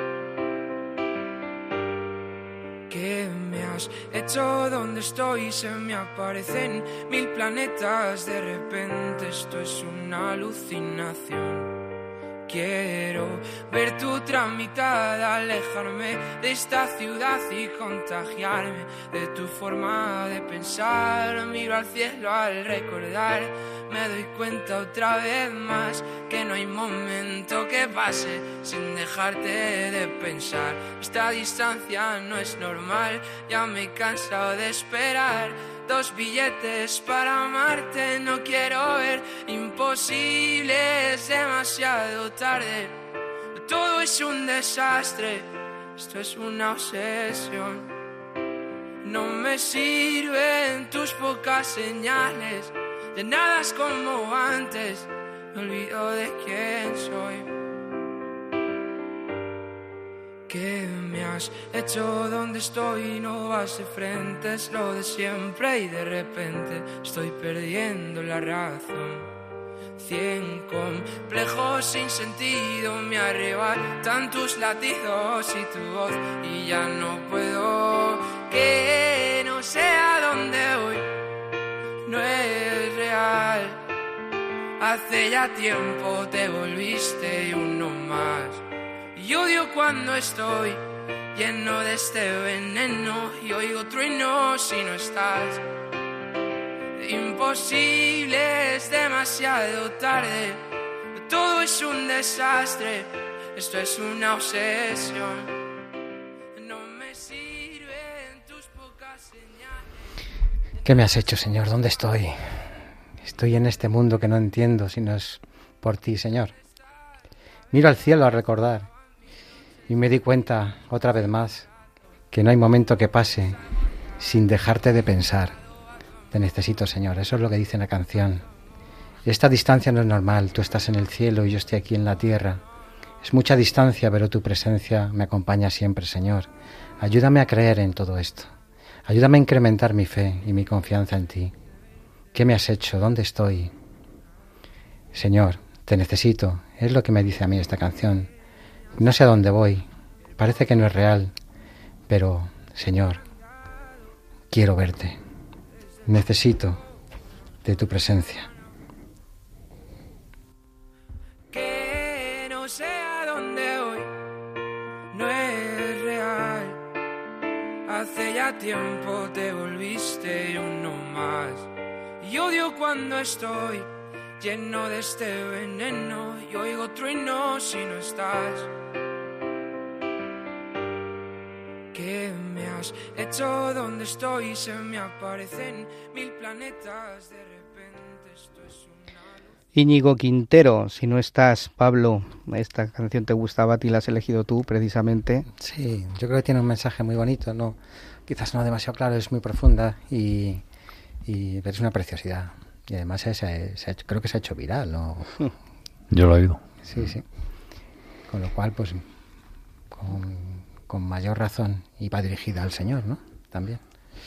¿Qué me has hecho? ¿Dónde estoy? Se me aparecen 1000 planetas. De repente esto es una alucinación. Quiero ver tu otra mitad, alejarme de esta ciudad y contagiarme de tu forma de pensar. Miro al cielo al recordar, me doy cuenta otra vez más que no hay momento que pase sin dejarte de pensar. Esta distancia no es normal, ya me he cansado de esperar. 2 billetes para amarte, no quiero ver imposible, es demasiado tarde. Todo es un desastre, esto es una obsesión. No me sirven tus pocas señales, de nada es como antes, me olvido de quién soy. ¿Qué me has hecho? ¿Dónde estoy? No vas de frente, es lo de siempre y de repente estoy perdiendo la razón. 100 complejos sin sentido me arrebatan tus latidos y tu voz y ya no puedo. Que no sé a dónde voy, no es real. Hace ya tiempo te volviste uno más. Y odio cuando estoy lleno de este veneno y oigo truenos si no estás. Imposible, es demasiado tarde. Todo es un desastre, esto es una obsesión. No me sirven tus pocas señales. ¿Qué me has hecho, Señor? ¿Dónde estoy? Estoy en este mundo que no entiendo si no es por ti, Señor. Miro al cielo a recordar y me di cuenta, otra vez más, que no hay momento que pase sin dejarte de pensar. Te necesito, Señor. Eso es lo que dice la canción. Esta distancia no es normal. Tú estás en el cielo y yo estoy aquí en la tierra. Es mucha distancia, pero tu presencia me acompaña siempre, Señor. Ayúdame a creer en todo esto. Ayúdame a incrementar mi fe y mi confianza en ti. ¿Qué me has hecho? ¿Dónde estoy? Señor, te necesito. Es lo que me dice a mí esta canción. No sé a dónde voy. Parece que no es real. Pero, Señor, quiero verte. Necesito de tu presencia. Que no sé a dónde voy, no es real. Hace ya tiempo te volviste uno más. Y odio cuando estoy lleno de este veneno y oigo truenos si no estás. ¿Qué me has hecho? ¿Dónde estoy? Se me aparecen 1000 planetas de repente. Esto es una luz. Íñigo Quintero, si no estás, Pablo, esta canción te gustaba, a ti la has elegido tú precisamente. Sí, yo creo que tiene un mensaje muy bonito, no, quizás no demasiado claro, es muy profunda y es una preciosidad. Y además creo que se ha hecho viral, ¿no? Yo lo he oído. Sí, sí. Con lo cual, pues, con mayor razón, y va dirigida al Señor, ¿no? También.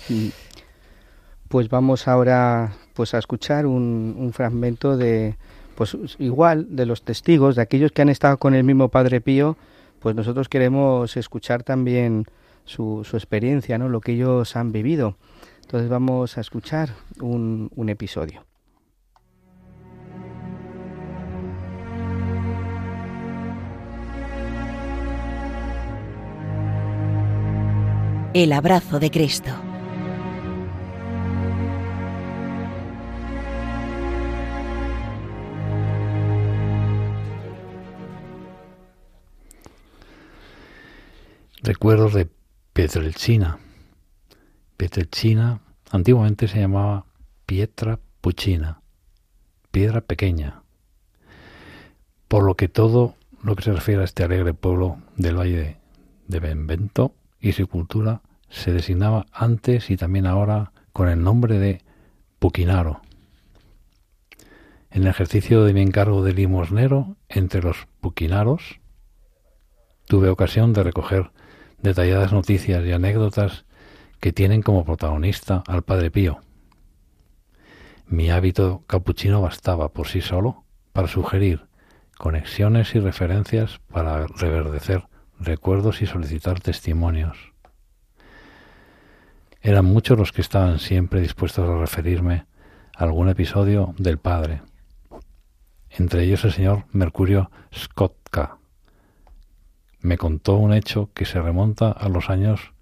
Pues vamos ahora pues a escuchar un fragmento de, pues igual, de los testigos, de aquellos que han estado con el mismo Padre Pío. Pues nosotros queremos escuchar también su experiencia, ¿no? Lo que ellos han vivido. Entonces vamos a escuchar un episodio. El abrazo de Cristo. Recuerdos de Pietrelcina. Pietrelcina antiguamente se llamaba Pietra Puccina, piedra pequeña, por lo que todo lo que se refiere a este alegre pueblo del valle de Benevento y su cultura se designaba antes y también ahora con el nombre de Puccinaro. En el ejercicio de mi encargo de limosnero entre los puccinaros, tuve ocasión de recoger detalladas noticias y anécdotas que tienen como protagonista al Padre Pío. Mi hábito capuchino bastaba por sí solo para sugerir conexiones y referencias para reverdecer recuerdos y solicitar testimonios. Eran muchos los que estaban siempre dispuestos a referirme a algún episodio del Padre. Entre ellos el señor Mercurio Skotka. Me contó un hecho que se remonta a los años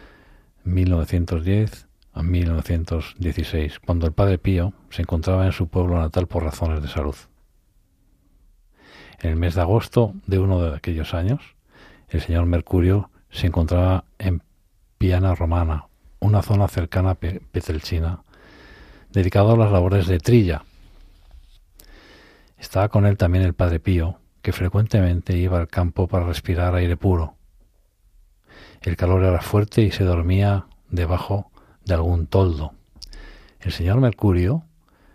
1910 a 1916, cuando el Padre Pío se encontraba en su pueblo natal por razones de salud. En el mes de agosto de uno de aquellos años, el señor Mercurio se encontraba en Piana Romana, una zona cercana a Pietrelcina, dedicado a las labores de trilla. Estaba con él también el Padre Pío, que frecuentemente iba al campo para respirar aire puro. El calor era fuerte y se dormía debajo de algún toldo. El señor Mercurio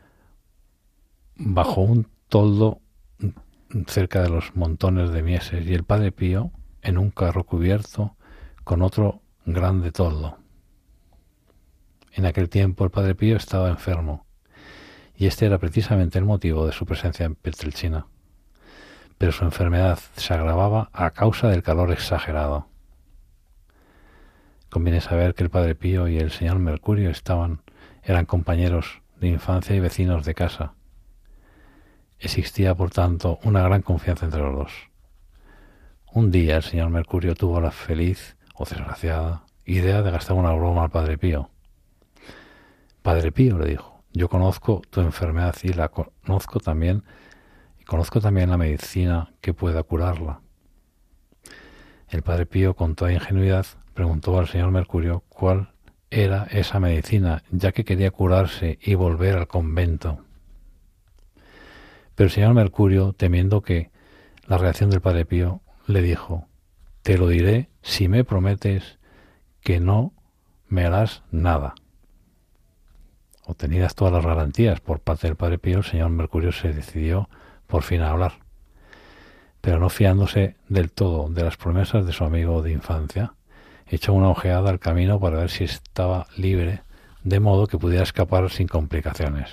bajó un toldo cerca de los montones de mieses y el Padre Pío en un carro cubierto con otro grande toldo. En aquel tiempo el Padre Pío estaba enfermo y este era precisamente el motivo de su presencia en Pietrelcina. Pero su enfermedad se agravaba a causa del calor exagerado. Conviene saber que el Padre Pío y el señor Mercurio eran compañeros de infancia y vecinos de casa. Existía, por tanto, una gran confianza entre los dos. Un día el señor Mercurio tuvo la feliz, o desgraciada, idea de gastar una broma al Padre Pío. Padre Pío, le dijo, yo conozco tu enfermedad y conozco también la medicina que pueda curarla. El Padre Pío, con toda ingenuidad, preguntó al señor Mercurio cuál era esa medicina, ya que quería curarse y volver al convento. Pero el señor Mercurio, temiendo que la reacción del Padre Pío, le dijo, te lo diré si me prometes que no me harás nada. Obtenidas todas las garantías por parte del Padre Pío, el señor Mercurio se decidió por fin a hablar. pero no fiándose del todo de las promesas de su amigo de infancia, echó una ojeada al camino para ver si estaba libre, de modo que pudiera escapar sin complicaciones.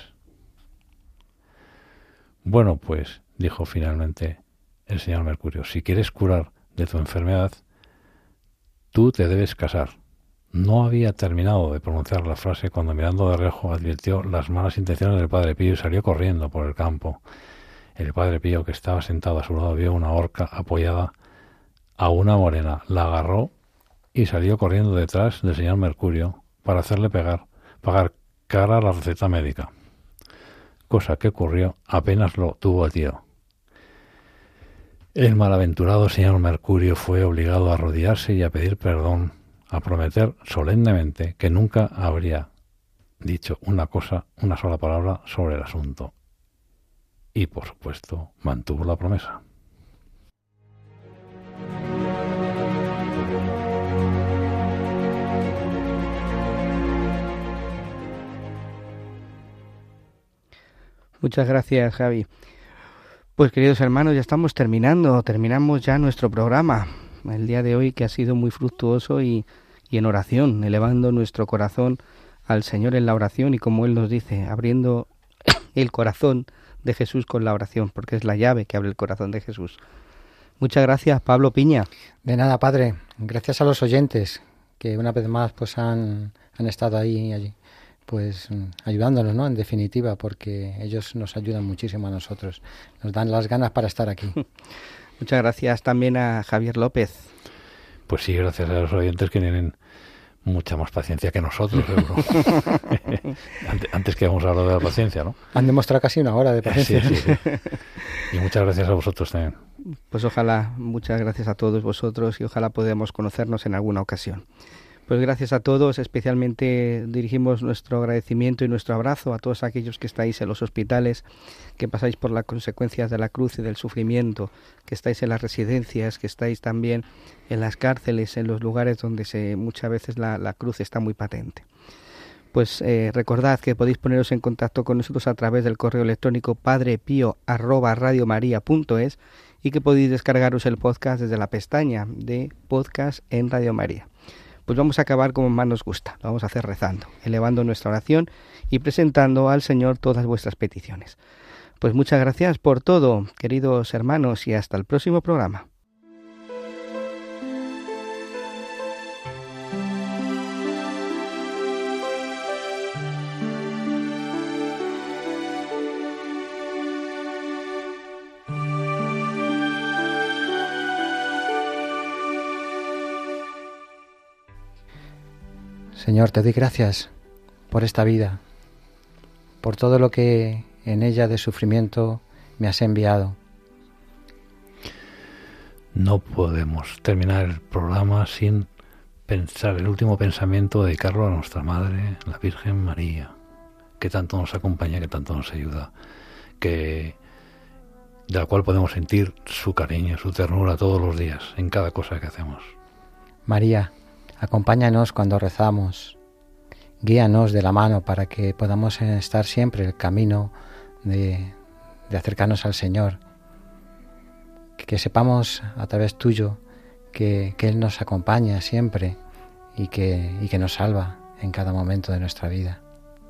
Bueno, pues, dijo finalmente el señor Mercurio, si quieres curar de tu enfermedad, tú te debes casar. No había terminado de pronunciar la frase cuando, mirando de reojo, advirtió las malas intenciones del Padre Pío y salió corriendo por el campo. El Padre Pío, que estaba sentado a su lado, vio una horca apoyada a una morena, la agarró y salió corriendo detrás del señor Mercurio para hacerle pagar cara la receta médica, cosa que ocurrió apenas lo tuvo el tío. El malaventurado señor Mercurio fue obligado a arrodillarse y a pedir perdón, a prometer solemnemente que nunca habría dicho una sola palabra sobre el asunto. Y, por supuesto, mantuvo la promesa. Muchas gracias, Javi. Pues, queridos hermanos, ya estamos terminamos ya nuestro programa. El día de hoy, que ha sido muy fructuoso y en oración, elevando nuestro corazón al Señor en la oración y, como Él nos dice, abriendo el corazón de Jesús con la oración, porque es la llave que abre el corazón de Jesús. Muchas gracias, Pablo Piña. De nada, Padre. Gracias a los oyentes que una vez más pues han estado ahí y allí, pues ayudándonos, ¿no? En definitiva, porque ellos nos ayudan muchísimo a nosotros. Nos dan las ganas para estar aquí. Muchas gracias también a Javier López. Pues sí, gracias a los oyentes que tienen mucha más paciencia que nosotros, seguro. Antes que vamos a hablar de la paciencia, ¿no? Han demostrado casi una hora de paciencia. Sí. Y muchas gracias a vosotros también. Pues ojalá, muchas gracias a todos vosotros y ojalá podamos conocernos en alguna ocasión. Pues gracias a todos, especialmente dirigimos nuestro agradecimiento y nuestro abrazo a todos aquellos que estáis en los hospitales, que pasáis por las consecuencias de la cruz y del sufrimiento, que estáis en las residencias, que estáis también en las cárceles, en los lugares donde muchas veces la cruz está muy patente. Pues recordad que podéis poneros en contacto con nosotros a través del correo electrónico padrepío@radiomaria.es y que podéis descargaros el podcast desde la pestaña de podcast en Radio María. Pues vamos a acabar como más nos gusta, lo vamos a hacer rezando, elevando nuestra oración y presentando al Señor todas vuestras peticiones. Pues muchas gracias por todo, queridos hermanos, y hasta el próximo programa. Señor, te doy gracias por esta vida, por todo lo que en ella de sufrimiento me has enviado. No podemos terminar el programa sin pensar el último pensamiento, dedicarlo a nuestra Madre, la Virgen María, que tanto nos acompaña, que tanto nos ayuda, de la cual podemos sentir su cariño, su ternura todos los días, en cada cosa que hacemos. María, acompáñanos cuando rezamos, guíanos de la mano para que podamos estar siempre en el camino de acercarnos al Señor, que sepamos a través tuyo que Él nos acompaña siempre y que nos salva en cada momento de nuestra vida.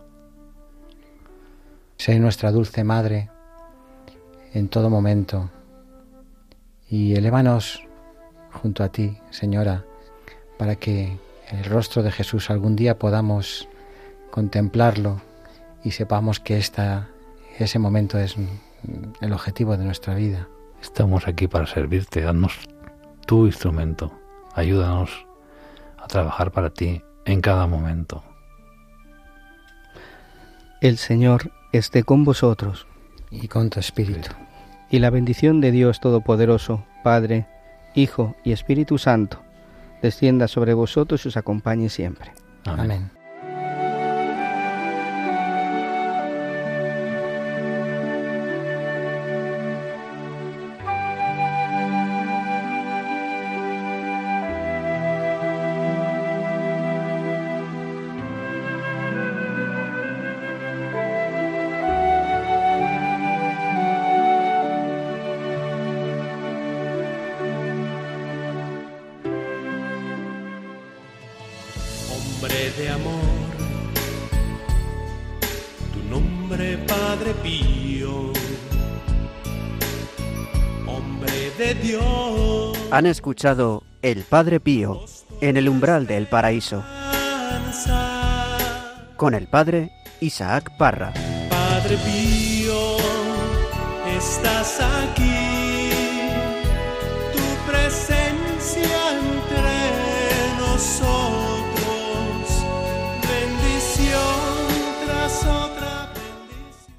Sé nuestra dulce Madre en todo momento y elévanos junto a ti, Señora, para que el rostro de Jesús algún día podamos contemplarlo y sepamos que ese momento es el objetivo de nuestra vida. Estamos aquí para servirte, danos tu instrumento, ayúdanos a trabajar para ti en cada momento. El Señor esté con vosotros. Y con tu espíritu. Y la bendición de Dios Todopoderoso, Padre, Hijo y Espíritu Santo, descienda sobre vosotros y os acompañe siempre. Amén. hombre de amor, tu nombre Padre Pío, hombre de Dios. Han escuchado El Padre Pío en el umbral del paraíso, con el Padre Isaac Parra. Padre Pío, estás aquí, tu presencia entre nosotros